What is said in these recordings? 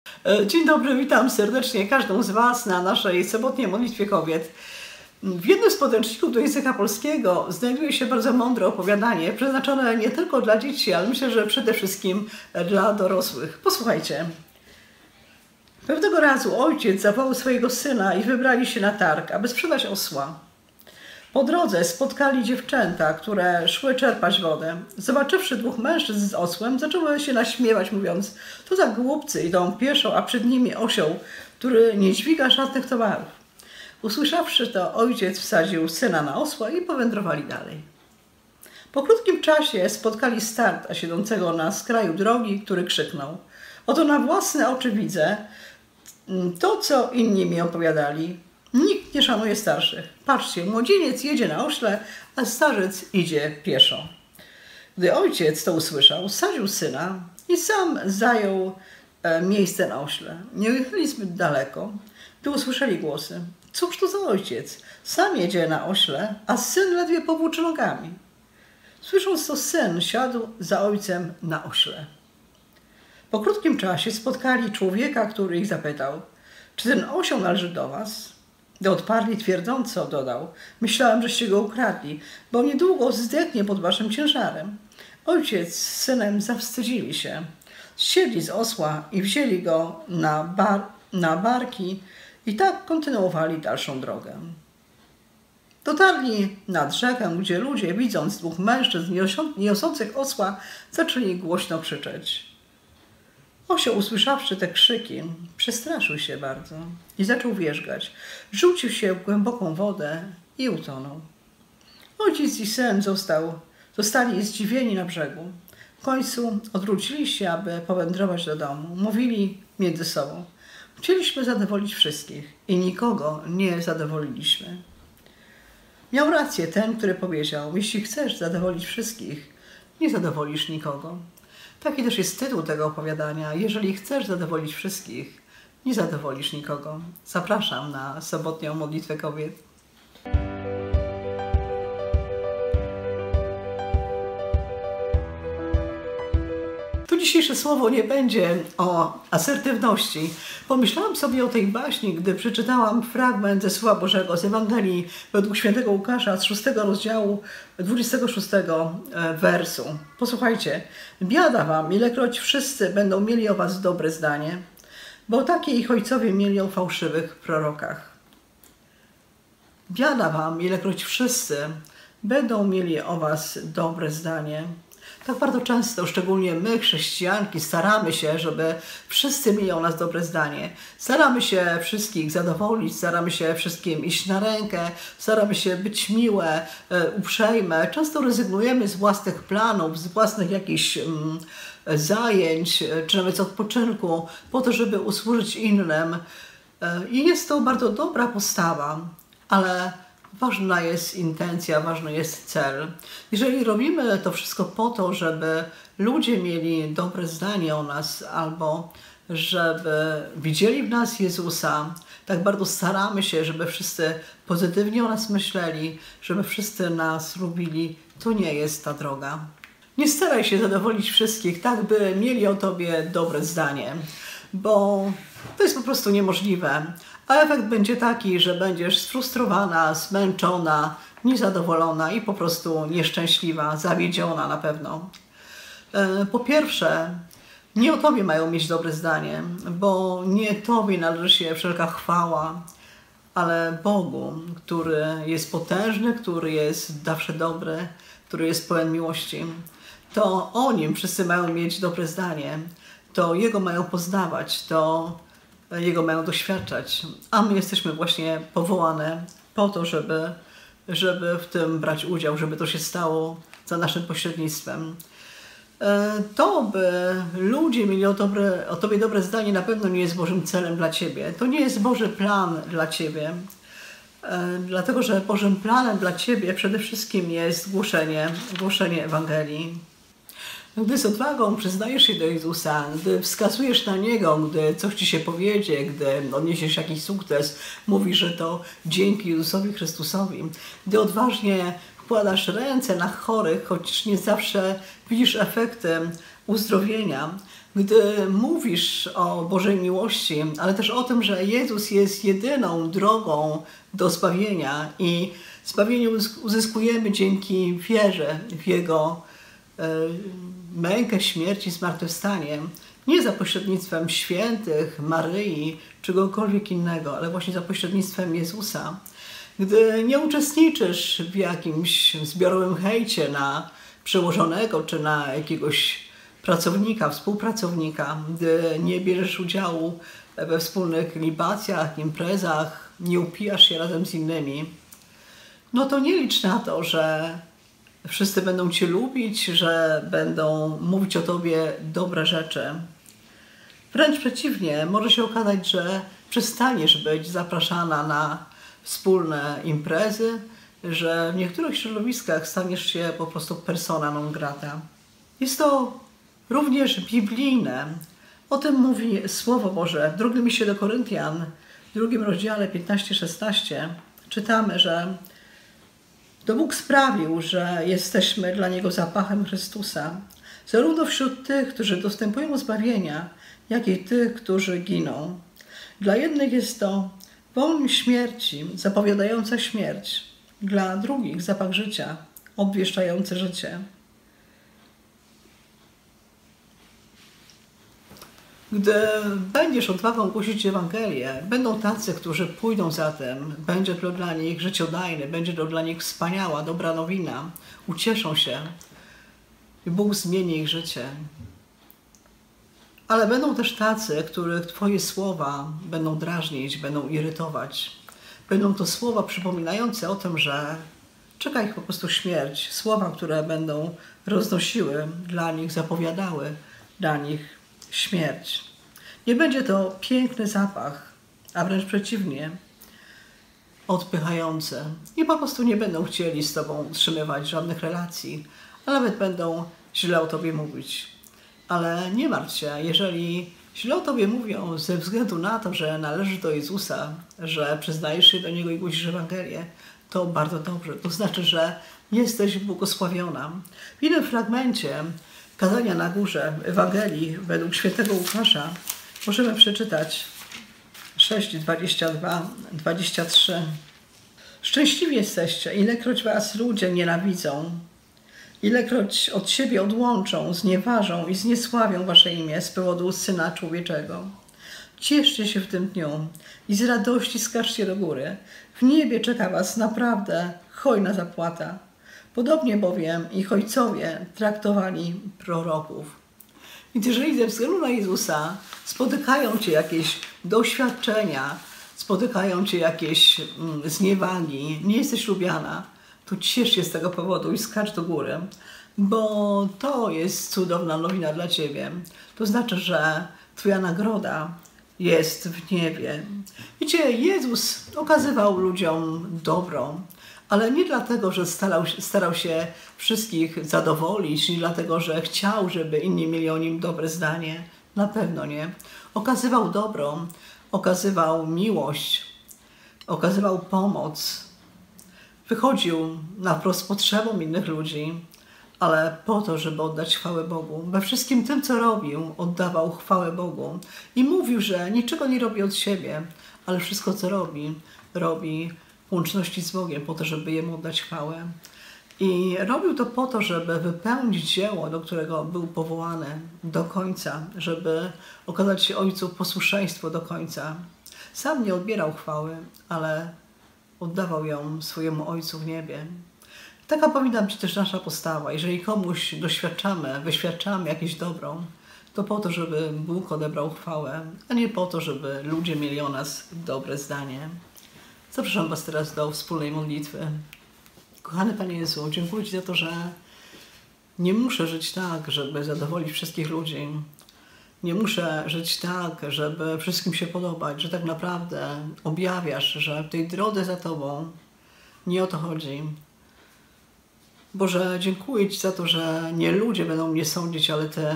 Dzień dobry, witam serdecznie każdą z Was na naszej sobotniej modlitwie kobiet. W jednym z podręczników do języka polskiego znajduje się bardzo mądre opowiadanie, przeznaczone nie tylko dla dzieci, ale myślę, że przede wszystkim dla dorosłych. Posłuchajcie. Pewnego razu ojciec zawołał swojego syna i wybrali się na targ, aby sprzedać osła. Po drodze spotkali dziewczęta, które szły czerpać wodę. Zobaczywszy dwóch mężczyzn z osłem, zaczęły się naśmiewać, mówiąc: to za głupcy, idą pieszo, a przed nimi osioł, który nie dźwiga żadnych towarów. Usłyszawszy to, ojciec wsadził syna na osła i powędrowali dalej. Po krótkim czasie spotkali starta siedzącego na skraju drogi, który krzyknął: oto na własne oczy widzę to, co inni mi opowiadali. Nikt nie szanuje starszych. Patrzcie, młodzieniec jedzie na ośle, a starzec idzie pieszo. Gdy ojciec to usłyszał, sadził syna i sam zajął miejsce na ośle. Nie jechali zbyt daleko, gdy usłyszeli głosy: cóż to za ojciec? Sam jedzie na ośle, a syn ledwie powłóczy nogami. Słysząc to, syn siadł za ojcem na ośle. Po krótkim czasie spotkali człowieka, który ich zapytał: czy ten osioł należy do was? Gdy odparli twierdząco, dodał: myślałem, żeście go ukradli, bo niedługo zdechnie pod waszym ciężarem. Ojciec z synem zawstydzili się. Zsiedli z osła i wzięli go na barki i tak kontynuowali dalszą drogę. Dotarli nad rzekę, gdzie ludzie, widząc dwóch mężczyzn niosących osła, zaczęli głośno krzyczeć. Osioł, usłyszawszy te krzyki, przestraszył się bardzo i zaczął wierzgać. Rzucił się w głęboką wodę i utonął. Ojciec i syn zostali zdziwieni na brzegu. W końcu odwrócili się, aby powędrować do domu. Mówili między sobą: chcieliśmy zadowolić wszystkich i nikogo nie zadowoliliśmy. Miał rację ten, który powiedział: jeśli chcesz zadowolić wszystkich, nie zadowolisz nikogo. Taki też jest tytuł tego opowiadania. Jeżeli chcesz zadowolić wszystkich, nie zadowolisz nikogo. Zapraszam na sobotnią modlitwę kobiet. Tu dzisiejsze słowo nie będzie o asertywności. Pomyślałam sobie o tej baśni, gdy przeczytałam fragment ze Słowa Bożego z Ewangelii według świętego Łukasza z 6 rozdziału 26 wersu. Posłuchajcie. Biada wam, ilekroć wszyscy będą mieli o was dobre zdanie, bo takie ich ojcowie mieli o fałszywych prorokach. Biada wam, ilekroć wszyscy będą mieli o was dobre zdanie. Tak bardzo często, szczególnie my, chrześcijanki, staramy się, żeby wszyscy mieli o nas dobre zdanie. Staramy się wszystkich zadowolić, staramy się wszystkim iść na rękę, staramy się być miłe, uprzejme. Często rezygnujemy z własnych planów, z własnych jakichś zajęć, czy nawet z odpoczynku, po to, żeby usłużyć innym. I jest to bardzo dobra postawa, ale ważna jest intencja, ważny jest cel. Jeżeli robimy to wszystko po to, żeby ludzie mieli dobre zdanie o nas albo żeby widzieli w nas Jezusa, tak bardzo staramy się, żeby wszyscy pozytywnie o nas myśleli, żeby wszyscy nas lubili, to nie jest ta droga. Nie staraj się zadowolić wszystkich tak, by mieli o tobie dobre zdanie, bo to jest po prostu niemożliwe. A efekt będzie taki, że będziesz sfrustrowana, zmęczona, niezadowolona i po prostu nieszczęśliwa, zawiedziona na pewno. Po pierwsze, nie o tobie mają mieć dobre zdanie, bo nie tobie należy się wszelka chwała, ale Bogu, który jest potężny, który jest zawsze dobry, który jest pełen miłości. To o Nim wszyscy mają mieć dobre zdanie, to Jego mają poznawać, to Jego mają doświadczać, a my jesteśmy właśnie powołane po to, żeby w tym brać udział, żeby to się stało za naszym pośrednictwem. To, by ludzie mieli o Tobie dobre zdanie, na pewno nie jest Bożym celem dla Ciebie. To nie jest Boży plan dla Ciebie, dlatego że Bożym planem dla Ciebie przede wszystkim jest głoszenie Ewangelii. Gdy z odwagą przyznajesz się do Jezusa, gdy wskazujesz na Niego, gdy coś Ci się powiedzie, gdy odniesiesz jakiś sukces, mówisz, że to dzięki Jezusowi Chrystusowi, gdy odważnie wkładasz ręce na chorych, choć nie zawsze widzisz efekty uzdrowienia, Gdy mówisz o Bożej miłości, ale też o tym, że Jezus jest jedyną drogą do zbawienia i zbawienie uzyskujemy dzięki wierze w Jego mękę, śmierć i zmartwychwstanie, nie za pośrednictwem świętych, Maryi czy kogokolwiek innego, ale właśnie za pośrednictwem Jezusa. Gdy nie uczestniczysz w jakimś zbiorowym hejcie na przełożonego czy na jakiegoś pracownika, współpracownika, gdy nie bierzesz udziału we wspólnych libacjach, imprezach, nie upijasz się razem z innymi, no to nie licz na to, że wszyscy będą Cię lubić, że będą mówić o Tobie dobre rzeczy. Wręcz przeciwnie, może się okazać, że przestaniesz być zapraszana na wspólne imprezy, że w niektórych środowiskach staniesz się po prostu persona non grata. Jest to również biblijne. O tym mówi Słowo Boże. W drugim liście do Koryntian, w 2 rozdziale 15-16 czytamy, że to Bóg sprawił, że jesteśmy dla Niego zapachem Chrystusa, zarówno wśród tych, którzy dostępują zbawienia, jak i tych, którzy giną. Dla jednych jest to woń śmierci, zapowiadająca śmierć, dla drugich zapach życia, obwieszczający życie. Gdy będziesz odwagą głosić Ewangelię, będą tacy, którzy pójdą za tym, będzie to dla nich życiodajny, będzie to dla nich wspaniała, dobra nowina, ucieszą się i Bóg zmieni ich życie. Ale będą też tacy, których Twoje słowa będą drażnić, będą irytować. Będą to słowa przypominające o tym, że czeka ich po prostu śmierć. Słowa, które będą roznosiły dla nich, zapowiadały dla nich śmierć. Nie będzie to piękny zapach, a wręcz przeciwnie, odpychający. I po prostu nie będą chcieli z Tobą utrzymywać żadnych relacji, a nawet będą źle o Tobie mówić. Ale nie martw się, jeżeli źle o Tobie mówią ze względu na to, że należysz do Jezusa, że przyznajesz się do Niego i głosisz Ewangelię, to bardzo dobrze. To znaczy, że jesteś błogosławiona. W innym fragmencie Kazania na górze Ewangelii według świętego Łukasza możemy przeczytać 6:22-23. Szczęśliwi jesteście, ilekroć was ludzie nienawidzą, ilekroć od siebie odłączą, znieważą i zniesławią wasze imię z powodu Syna Człowieczego. Cieszcie się w tym dniu i z radości skaczcie do góry. W niebie czeka was naprawdę hojna zapłata. Podobnie bowiem ich ojcowie traktowali proroków. Więc jeżeli ze względu na Jezusa spotykają Cię jakieś doświadczenia, spotykają Cię jakieś zniewagi, nie jesteś lubiana, to ciesz się z tego powodu i skacz do góry, bo to jest cudowna nowina dla Ciebie. To znaczy, że Twoja nagroda jest w niebie. Wiecie, Jezus okazywał ludziom dobro, ale nie dlatego, że starał się wszystkich zadowolić, nie dlatego, że chciał, żeby inni mieli o Nim dobre zdanie. Na pewno nie. Okazywał dobro, okazywał miłość, okazywał pomoc. Wychodził na wprost potrzebom innych ludzi, ale po to, żeby oddać chwałę Bogu. We wszystkim tym, co robił, oddawał chwałę Bogu. I mówił, że niczego nie robi od siebie, ale wszystko, co robi, robi w łączności z Bogiem, po to, żeby Jemu oddać chwałę. I robił to po to, żeby wypełnić dzieło, do którego był powołany do końca, żeby okazać się Ojcu posłuszeństwo do końca. Sam nie odbierał chwały, ale oddawał ją swojemu Ojcu w niebie. Taka powinna być też nasza postawa. Jeżeli komuś wyświadczamy jakieś dobro, to po to, żeby Bóg odebrał chwałę, a nie po to, żeby ludzie mieli o nas dobre zdanie. Zapraszam Was teraz do wspólnej modlitwy. Kochany Panie Jezu, dziękuję Ci za to, że nie muszę żyć tak, żeby zadowolić wszystkich ludzi. Nie muszę żyć tak, żeby wszystkim się podobać, że tak naprawdę objawiasz, że w tej drodze za Tobą nie o to chodzi. Boże, dziękuję Ci za to, że nie ludzie będą mnie sądzić, ale Ty.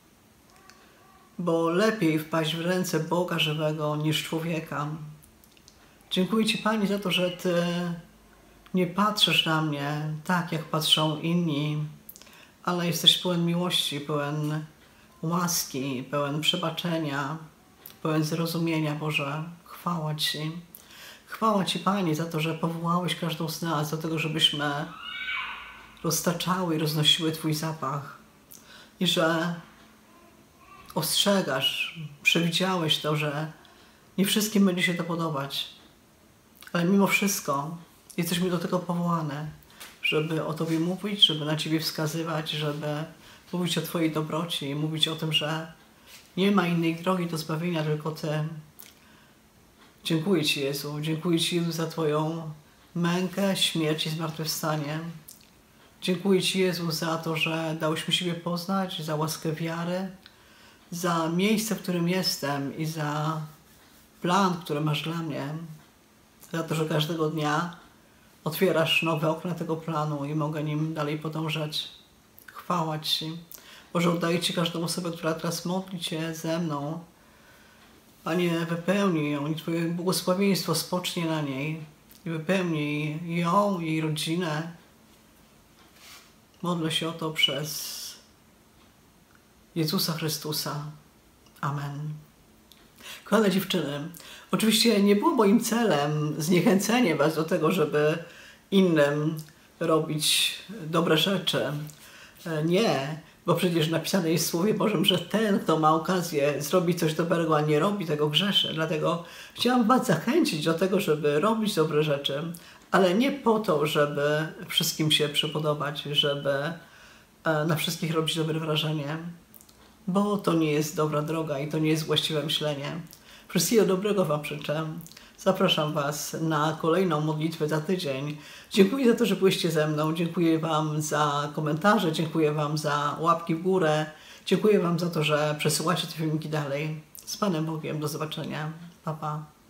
Bo lepiej wpaść w ręce Boga żywego niż człowieka. Dziękuję Ci, Panie, za to, że Ty nie patrzysz na mnie tak, jak patrzą inni, ale jesteś pełen miłości, pełen łaski, pełen przebaczenia, pełen zrozumienia, Boże. Chwała Ci. Chwała Ci, Panie, za to, że powołałeś każdą z nas do tego, żebyśmy roztaczały i roznosiły Twój zapach. I że ostrzegasz, przewidziałeś to, że nie wszystkim będzie się to podobać. Ale mimo wszystko jesteśmy do tego powołane, żeby o Tobie mówić, żeby na Ciebie wskazywać, żeby mówić o Twojej dobroci i mówić o tym, że nie ma innej drogi do zbawienia, tylko Ty. Dziękuję Ci, Jezu. Dziękuję Ci, Jezu, za Twoją mękę, śmierć i zmartwychwstanie. Dziękuję Ci, Jezu, za to, że dałeś mi siebie poznać, za łaskę wiary, za miejsce, w którym jestem i za plan, który masz dla mnie. Za to, że każdego dnia otwierasz nowe okna tego planu i mogę nim dalej podążać. Chwała Ci. Boże, oddaję Ci każdą osobę, która teraz modli się ze mną. Panie, wypełnij ją i Twoje błogosławieństwo spocznie na niej i wypełnij ją i jej rodzinę. Modlę się o to przez Jezusa Chrystusa. Amen. Kochane dziewczyny, oczywiście nie było moim celem zniechęcenie Was do tego, żeby innym robić dobre rzeczy. Nie, bo przecież napisane jest w Słowie Bożym, że ten, kto ma okazję zrobić coś dobrego, a nie robi tego, grzeszy. Dlatego chciałam Was zachęcić do tego, żeby robić dobre rzeczy, ale nie po to, żeby wszystkim się przypodobać, żeby na wszystkich robić dobre wrażenie, bo to nie jest dobra droga i to nie jest właściwe myślenie. Wszystkiego dobrego Wam życzę. Zapraszam Was na kolejną modlitwę za tydzień. Dziękuję za to, że byliście ze mną. Dziękuję Wam za komentarze. Dziękuję Wam za łapki w górę. Dziękuję Wam za to, że przesyłacie te filmiki dalej. Z Panem Bogiem. Do zobaczenia. Pa, pa.